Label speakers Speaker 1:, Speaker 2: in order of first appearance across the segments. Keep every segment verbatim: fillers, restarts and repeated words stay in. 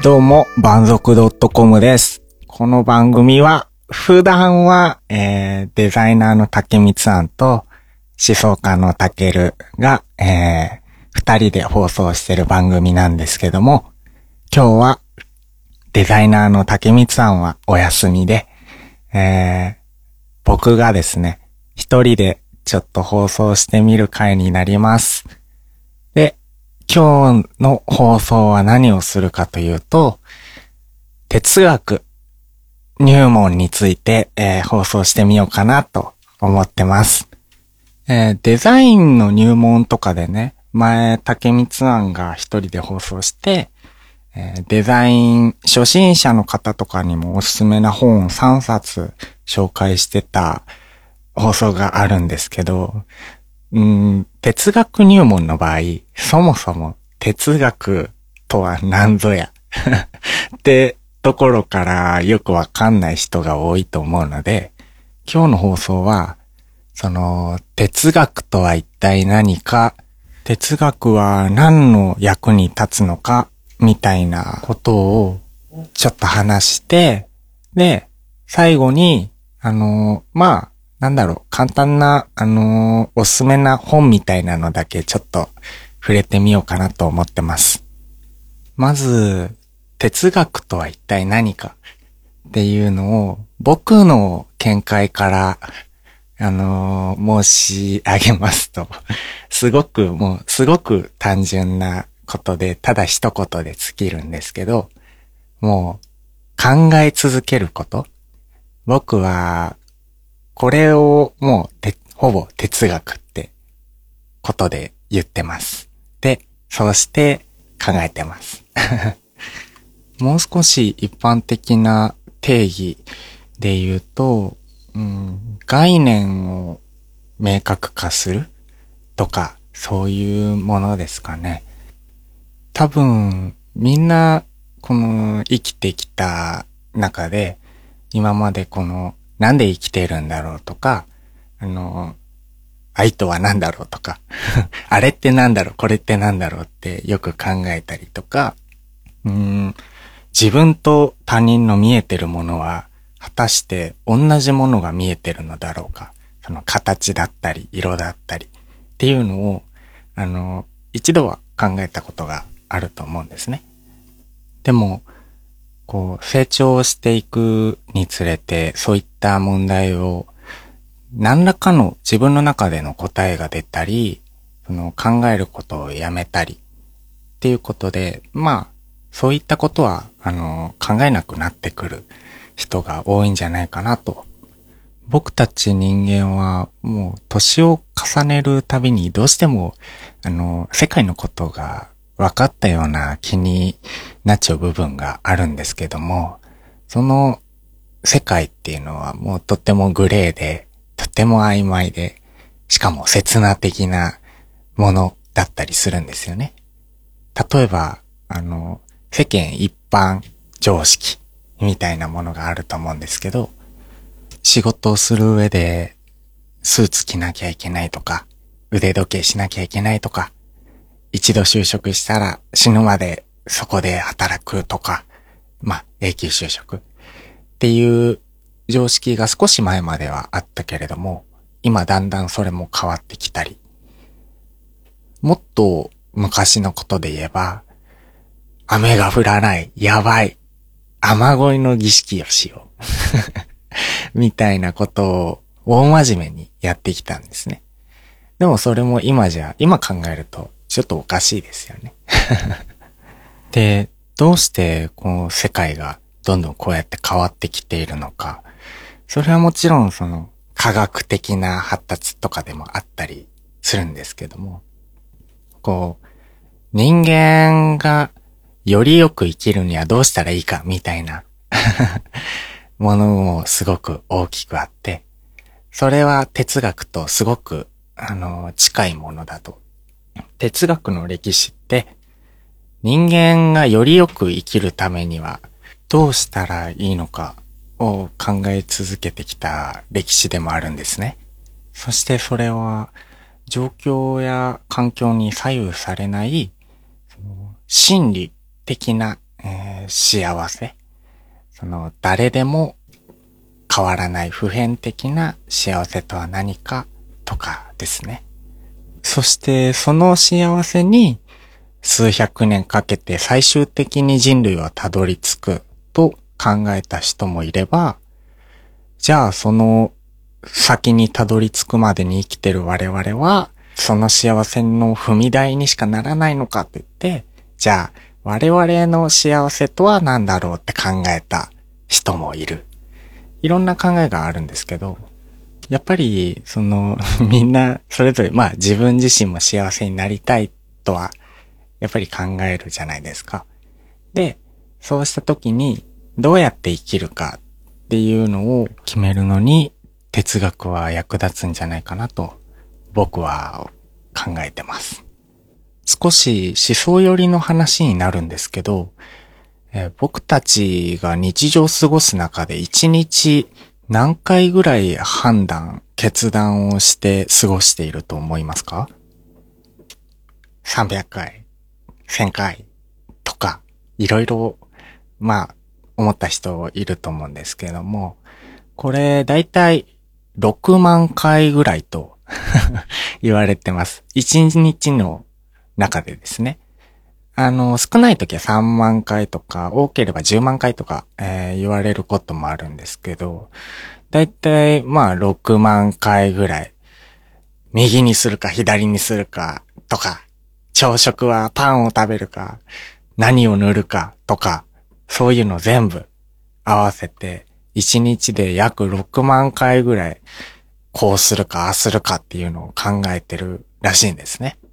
Speaker 1: どうも、蛮族 .com です。この番組は、普段は、えー、デザイナーの竹光さんと、思想家のたけるが、えー、二人で放送してる番組なんですけども、今日は、デザイナーの竹光さんはお休みで、えー、僕がですね、一人でちょっと放送してみる回になります。で、今日の放送は何をするかというと、哲学入門について、えー、放送してみようかなと思ってます。えー、デザインの入門とかでね、前竹光庵が一人で放送して、えー、デザイン初心者の方とかにもおすすめな本をさんさつ紹介してた放送があるんですけど、うーん、哲学入門の場合、そもそも哲学とは何ぞやってところからよくわかんない人が多いと思うので、今日の放送は、その哲学とは一体何か、哲学は何の役に立つのかみたいなことをちょっと話して、で、最後に、あの、まあ、なんだろう、簡単な、あのー、おすすめな本みたいなのだけちょっと触れてみようかなと思ってます。まず、哲学とは一体何かっていうのを僕の見解から、あのー、申し上げますと、すごくもう、すごく単純なことで、ただ一言で尽きるんですけど、もう、考え続けること。僕は、これをもうて、ほぼ哲学ってことで言ってます。で、そうして考えてます。もう少し一般的な定義で言うと、うん、概念を明確化するとか、そういうものですかね。多分、みんな、この生きてきた中で、今までこの、なんで生きてるんだろうとか、あの、愛とは何だろうとか、あれってなんだろう、これってなんだろうってよく考えたりとか、うーん、自分と他人の見えてるものは、果たして同じものが見えてるのだろうか、その形だったり、色だったりっていうのを、あの、一度は考えたことがあると思うんですね。でも、こう、成長していくにつれて、そういった問題を、何らかの自分の中での答えが出たり、その考えることをやめたり、っていうことで、まあ、そういったことは、あの、考えなくなってくる人が多いんじゃないかなと。僕たち人間は、もう、年を重ねるたびにどうしても、あの、世界のことが分かったような気になっちゃう部分があるんですけども、その世界っていうのはもうとってもグレーで、とっても曖昧で、しかも刹那的なものだったりするんですよね。例えば、あの、世間一般常識みたいなものがあると思うんですけど、仕事をする上でスーツ着なきゃいけないとか、腕時計しなきゃいけないとか、一度就職したら死ぬまでそこで働くとか、まあ永久就職っていう常識が少し前まではあったけれども、今だんだんそれも変わってきたり、もっと昔のことで言えば、雨が降らない、やばい、雨乞いの儀式をしようみたいなことを大真面目にやってきたんですね。でもそれも今じゃ、今考えるとちょっとおかしいですよね。で、どうしてこの世界がどんどんこうやって変わってきているのか。それはもちろんその科学的な発達とかでもあったりするんですけども、こう、人間がよりよく生きるにはどうしたらいいかみたいなものもすごく大きくあって、それは哲学とすごくあの近いものだと。哲学の歴史って人間がよりよく生きるためにはどうしたらいいのかを考え続けてきた歴史でもあるんですね。そしてそれは状況や環境に左右されない心理的な、えー、 幸せ。その誰でも変わらない普遍的な幸せとは何かとかですね。そしてその幸せに数百年かけて最終的に人類はたどり着くと考えた人もいれば、じゃあその先にたどり着くまでに生きてる我々はその幸せの踏み台にしかならないのかって言って、じゃあ我々の幸せとは何だろうって考えた人もいる。いろんな考えがあるんですけど、やっぱりそのみんなそれぞれまあ自分自身も幸せになりたいとはやっぱり考えるじゃないですか。で、そうした時にどうやって生きるかっていうのを決めるのに哲学は役立つんじゃないかなと僕は考えてます。少し思想寄りの話になるんですけど、えー、僕たちが日常を過ごす中で一日何回ぐらい判断、決断をして過ごしていると思いますか？さんびゃっかい、せんかいとか、いろいろ、まあ、思った人いると思うんですけれども、これだいたいろくまんかいぐらいと言われてます。いちにちの中でですね。あの、少ない時はさんまんかいとか、多ければじゅうまんかいとか、えー、言われることもあるんですけど、だいたいまあろくまんかいぐらい、右にするか左にするかとか、朝食はパンを食べるか、何を塗るかとか、そういうの全部合わせて、いちにちで約ろくまんかいぐらい、こうするかああするかっていうのを考えてるらしいんですね。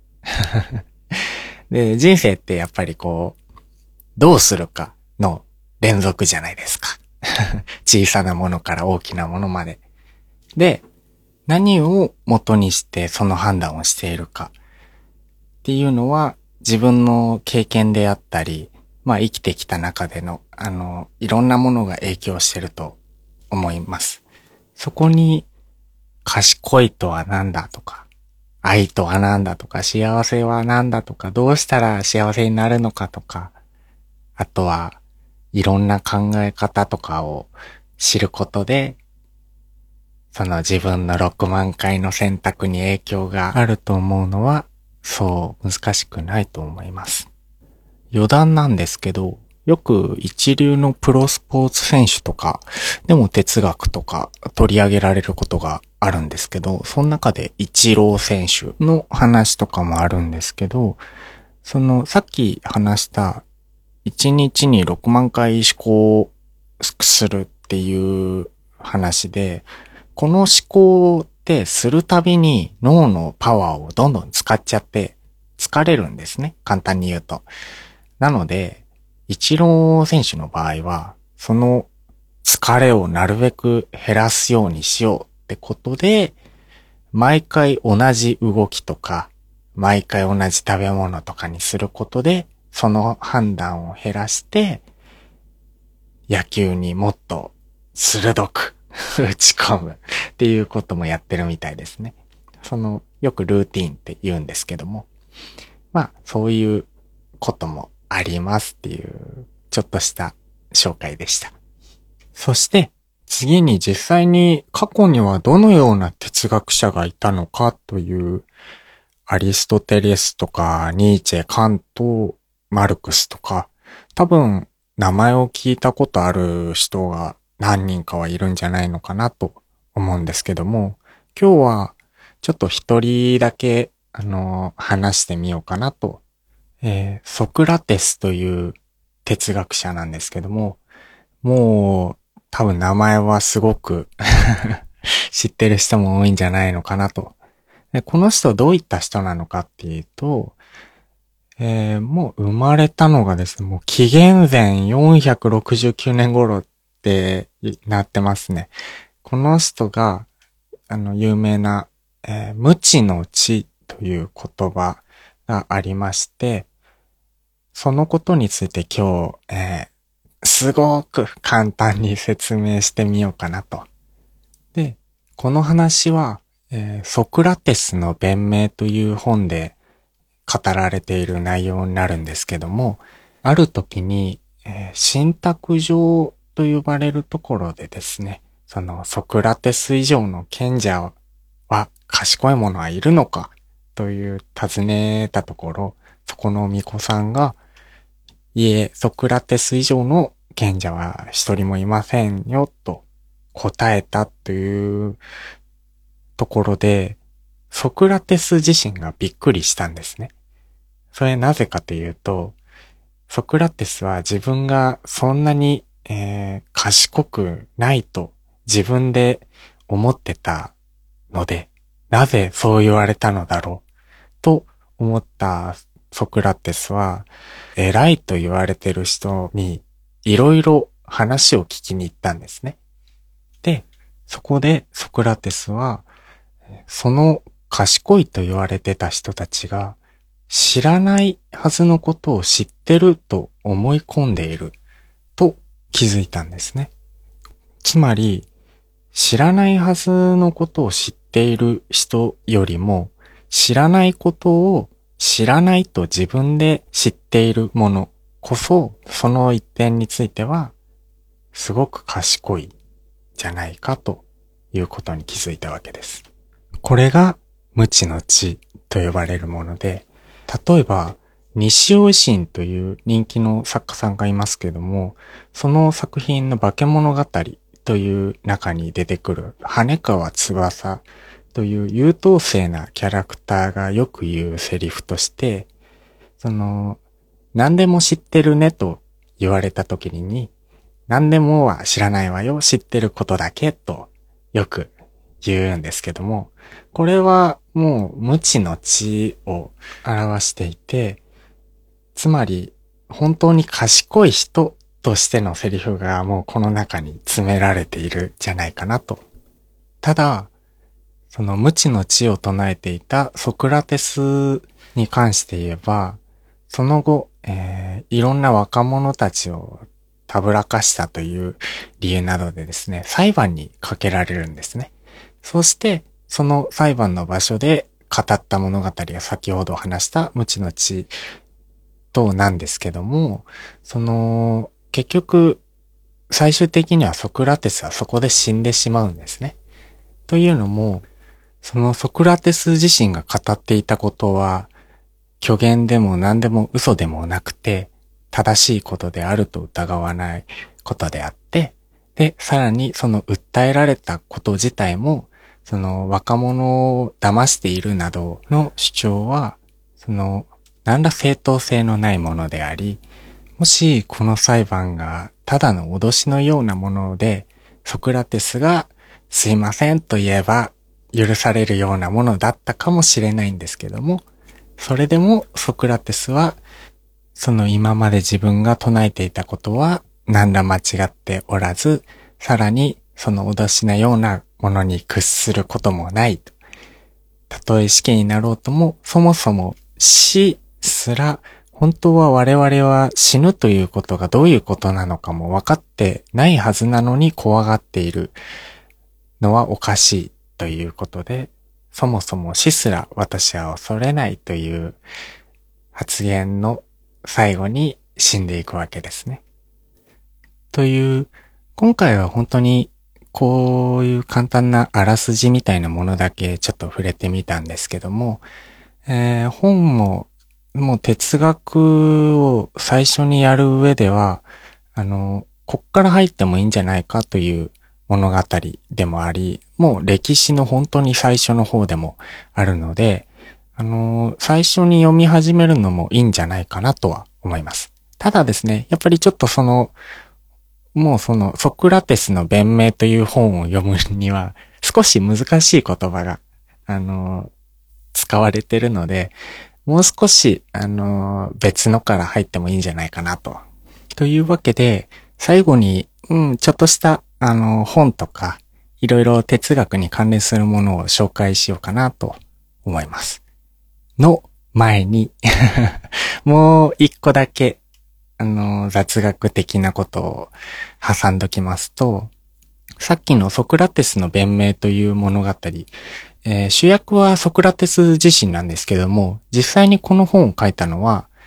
Speaker 1: で、人生ってやっぱりこう、どうするかの連続じゃないですか。小さなものから大きなものまで。で、何を元にしてその判断をしているかっていうのは自分の経験であったり、まあ生きてきた中での、あの、いろんなものが影響してると思います。そこに、賢いとは何だとか、愛とは何だとか、幸せは何だとか、どうしたら幸せになるのかとか、あとはいろんな考え方とかを知ることで、その自分のろくまんかいの選択に影響があると思うのは、そう難しくないと思います。余談なんですけど、よく一流のプロスポーツ選手とかでも哲学とか取り上げられることがあるんですけど、その中でイチロー選手の話とかもあるんですけど、そのさっき話したいちにちにろくまんかい思考するっていう話で、この思考ってするたびに脳のパワーをどんどん使っちゃって疲れるんですね。簡単に言うと。なので、イチロー選手の場合は、その疲れをなるべく減らすようにしようってことで、毎回同じ動きとか、毎回同じ食べ物とかにすることで、その判断を減らして、野球にもっと鋭く打ち込むっていうこともやってるみたいですね。その、よくルーティーンって言うんですけども、まあ、そういうこともありますっていう、ちょっとした紹介でした。そして、次に実際に過去にはどのような哲学者がいたのかという、アリストテレスとか、ニーチェ、カント、マルクスとか、多分名前を聞いたことある人が何人かはいるんじゃないのかなと思うんですけども、今日はちょっと一人だけ、あの、話してみようかなと。えー、ソクラテスという哲学者なんですけども、もう多分名前はすごく知ってる人も多いんじゃないのかなと。でこの人どういった人なのかっていうと、えー、もう生まれたのがですね、もう紀元前よんひゃくろくじゅうきゅうねん頃ってなってますね。この人が、あの、有名な、えー、無知の知という言葉がありまして、そのことについて今日、えー、すごく簡単に説明してみようかなと。で、この話は、えー、ソクラテスの弁明という本で語られている内容になるんですけども、ある時に、 えー、信託上と呼ばれるところでですね、そのソクラテス以上の賢者は賢い者はいるのかという尋ねたところ、そこの巫女さんが、いえ、ソクラテス以上の賢者は一人もいませんよと答えたというところで、ソクラテス自身がびっくりしたんですね。それなぜかというと、ソクラテスは自分がそんなに、えー、賢くないと自分で思ってたので、なぜそう言われたのだろうと思ったソクラテスは、偉いと言われてる人にいろいろ話を聞きに行ったんですね。で、そこでソクラテスは、その賢いと言われてた人たちが知らないはずのことを知ってると思い込んでいると気づいたんですね。つまり、知らないはずのことを知っている人よりも、知らないことを知らないと自分で知っているものこそ、その一点については、すごく賢いじゃないかということに気づいたわけです。これが無知の知と呼ばれるもので、例えば西尾維新という人気の作家さんがいますけども、その作品の化け物語という中に出てくる羽川翼という優等生なキャラクターがよく言うセリフとして、その何でも知ってるねと言われた時に、何でもは知らないわよ、知ってることだけとよく言うんですけども、これはもう無知の知を表していて、つまり本当に賢い人としてのセリフがもうこの中に詰められているじゃないかなと。ただ、その無知の知を唱えていたソクラテスに関して言えば、その後、えー、いろんな若者たちをたぶらかしたという理由などでですね、裁判にかけられるんですね。そして、その裁判の場所で語った物語が先ほど話した無知の知となんですけども、その、結局、最終的にはソクラテスはそこで死んでしまうんですね。というのも、そのソクラテス自身が語っていたことは、虚言でも何でも嘘でもなくて、正しいことであると疑わないことであって、で、さらにその訴えられたこと自体も、その若者を騙しているなどの主張は、その何ら正当性のないものであり、もしこの裁判がただの脅しのようなもので、ソクラテスがすいませんと言えば許されるようなものだったかもしれないんですけども、それでもソクラテスは、その今まで自分が唱えていたことは何ら間違っておらず、さらにその脅しなようなものに屈することもないと。たとえ死刑になろうとも、そもそも死すら、本当は我々は死ぬということがどういうことなのかも分かってないはずなのに怖がっているのはおかしいということで、そもそも死すら私は恐れないという発言の最後に死んでいくわけですね。という、今回は本当にこういう簡単なあらすじみたいなものだけちょっと触れてみたんですけども、えー、本ももう哲学を最初にやる上では、あの、こっから入ってもいいんじゃないかという物語でもあり、もう歴史の本当に最初の方でもあるので、あの、最初に読み始めるのもいいんじゃないかなとは思います。ただですね、やっぱりちょっとその、もうそのソクラテスの弁明という本を読むには少し難しい言葉が、あの、使われてるので、もう少し、あの、別のから入ってもいいんじゃないかなと。というわけで、最後に、うん、ちょっとした、あの、本とか、いろいろ哲学に関連するものを紹介しようかなと思います。の前に、もう一個だけ、あの、雑学的なことを挟んどきますと、さっきのソクラテスの弁明という物語、えー、主役はソクラテス自身なんですけども、実際にこの本を書いたのは、プ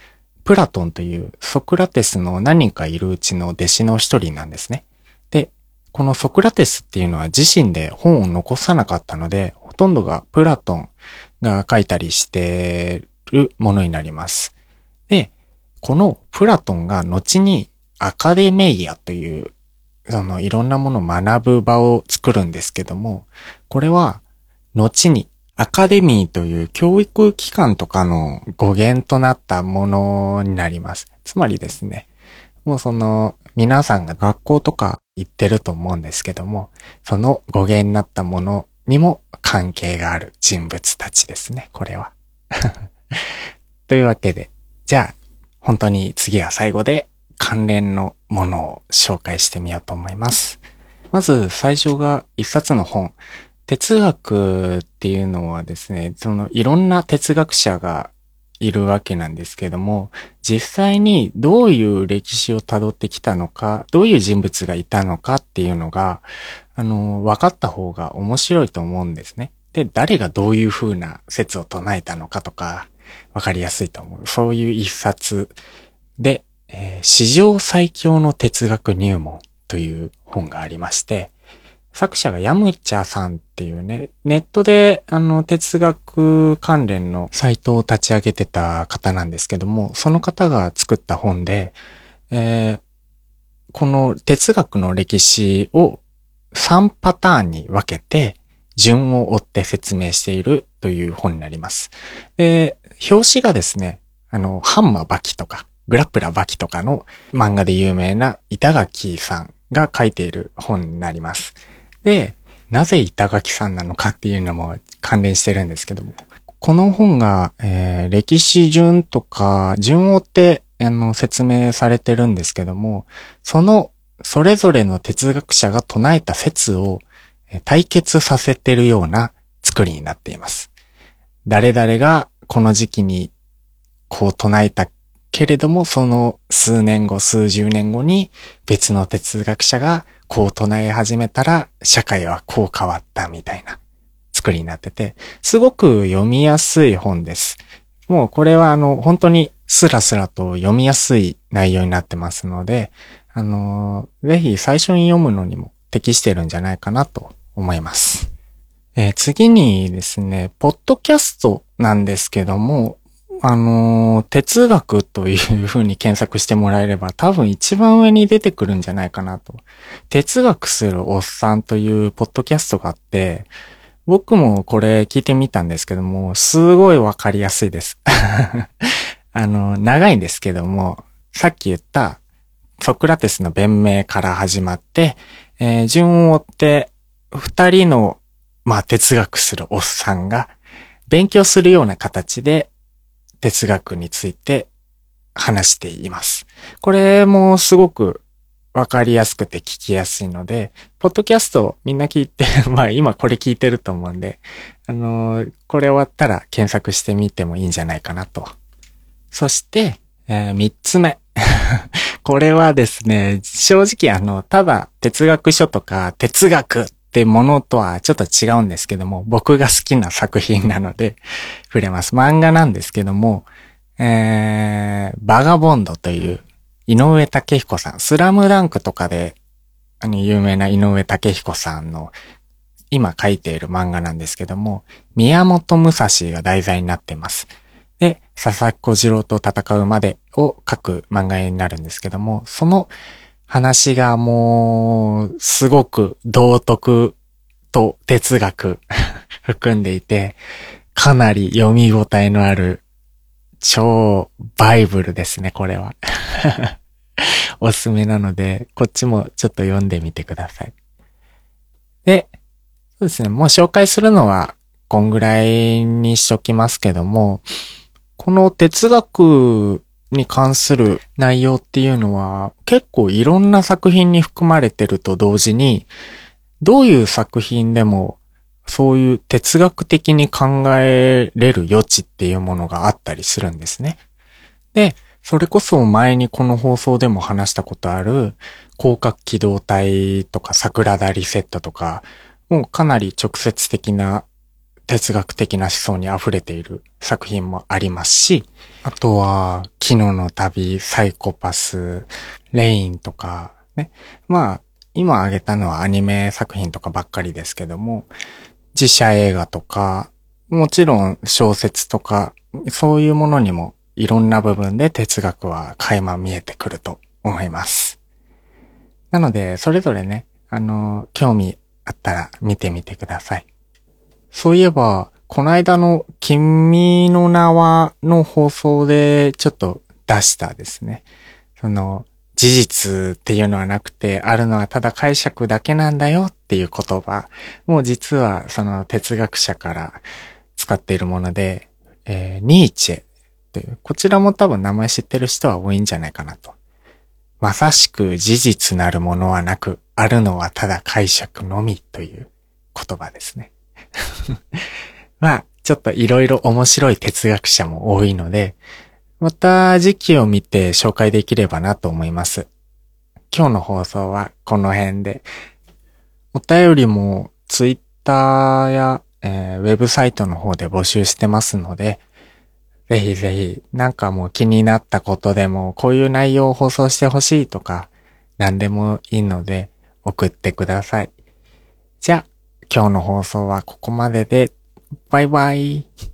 Speaker 1: プラトンというソクラテスの何人かいるうちの弟子の一人なんですね。で、このソクラテスっていうのは自身で本を残さなかったので、ほとんどがプラトンが書いたりしてるものになります。で、このプラトンが後にアカデメイアという、そのいろんなものを学ぶ場を作るんですけども、これは後にアカデミーという教育機関とかの語源となったものになります。つまりですね、もうその皆さんが学校とか行ってると思うんですけども、その語源になったものにも関係がある人物たちですね、これは。というわけで、じゃあ本当に次は最後で関連のものを紹介してみようと思います。まず最初が一冊の本。哲学っていうのはですね、そのいろんな哲学者がいるわけなんですけども、実際にどういう歴史をたどってきたのか、どういう人物がいたのかっていうのが、あの、分かった方が面白いと思うんですね。で、誰がどういう風な説を唱えたのかとか、分かりやすいと思う。そういう一冊で、えー、史上最強の哲学入門という本がありまして、作者がヤムチャさんっていうね、ネットであの哲学関連のサイトを立ち上げてた方なんですけども、その方が作った本で、えー、この哲学の歴史をさんパターンに分けて順を追って説明しているという本になります。で、表紙がですね、あの、ハンマーバキとか、グラップラーバキとかの漫画で有名な板垣さんが書いている本になります。で、なぜ板垣さんなのかっていうのも関連してるんですけども、この本が、えー、歴史順とか順を追ってあの説明されてるんですけども、そのそれぞれの哲学者が唱えた説を対決させてるような作りになっています。誰々がこの時期にこう唱えたけれども、その数年後、数十年後に別の哲学者がこう唱え始めたら社会はこう変わったみたいな作りになってて、すごく読みやすい本です。もうこれはあの本当にスラスラと読みやすい内容になってますので、あのぜひ最初に読むのにも適してるんじゃないかなと思います。えー、次にですね、ポッドキャストなんですけども、あのー、哲学という風に検索してもらえれば多分一番上に出てくるんじゃないかなと。哲学するおっさんというポッドキャストがあって、僕もこれ聞いてみたんですけども、すごいわかりやすいです。あの、長いんですけども、さっき言ったソクラテスの弁明から始まって、えー、順を追って二人の、まあ、哲学するおっさんが勉強するような形で哲学について話しています。これもすごくわかりやすくて聞きやすいので、ポッドキャストみんな聞いて、まあ今これ聞いてると思うんで、あのー、これ終わったら検索してみてもいいんじゃないかなと。そして、えー、三つ目。これはですね、正直あの、ただ哲学書とか哲学ってものとはちょっと違うんですけども、僕が好きな作品なので触れます。漫画なんですけども、えー、バガボンドという井上武彦さん、スラムダンクとかであの有名な井上武彦さんの今書いている漫画なんですけども、宮本武蔵が題材になっています。で、佐々木小次郎と戦うまでを書く漫画になるんですけども、その話がもうすごく道徳と哲学含んでいて、かなり読み応えのある超バイブルですね、これは。おすすめなので、こっちもちょっと読んでみてください。で、そうですね、もう紹介するのはこんぐらいにしときますけども、この哲学に関する内容っていうのは結構いろんな作品に含まれてると同時に、どういう作品でもそういう哲学的に考えれる余地っていうものがあったりするんですね。で、それこそ前にこの放送でも話したことある広角機動隊とか桜田リセットとか、もうかなり直接的な哲学的な思想に溢れている作品もありますし、あとは、昨日の旅、サイコパス、レインとか、ね。まあ、今挙げたのはアニメ作品とかばっかりですけども、実写映画とか、もちろん小説とか、そういうものにもいろんな部分で哲学は垣間見えてくると思います。なので、それぞれね、あの、興味あったら見てみてください。そういえば、この間の君の名はの放送でちょっと出したですね。その、事実っていうのはなくて、あるのはただ解釈だけなんだよっていう言葉。もう実はその哲学者から使っているもので、えー、ニーチェっていう、こちらも多分名前知ってる人は多いんじゃないかなと。まさしく事実なるものはなく、あるのはただ解釈のみという言葉ですね。まあ、ちょっといろいろ面白い哲学者も多いので、また時期を見て紹介できればなと思います。今日の放送はこの辺で、お便りもツイッターや、えー、ウェブサイトの方で募集してますので、ぜひぜひなんかもう気になったことでもこういう内容を放送してほしいとか何でもいいので送ってください。じゃあ今日の放送はここまでで、バイバイ。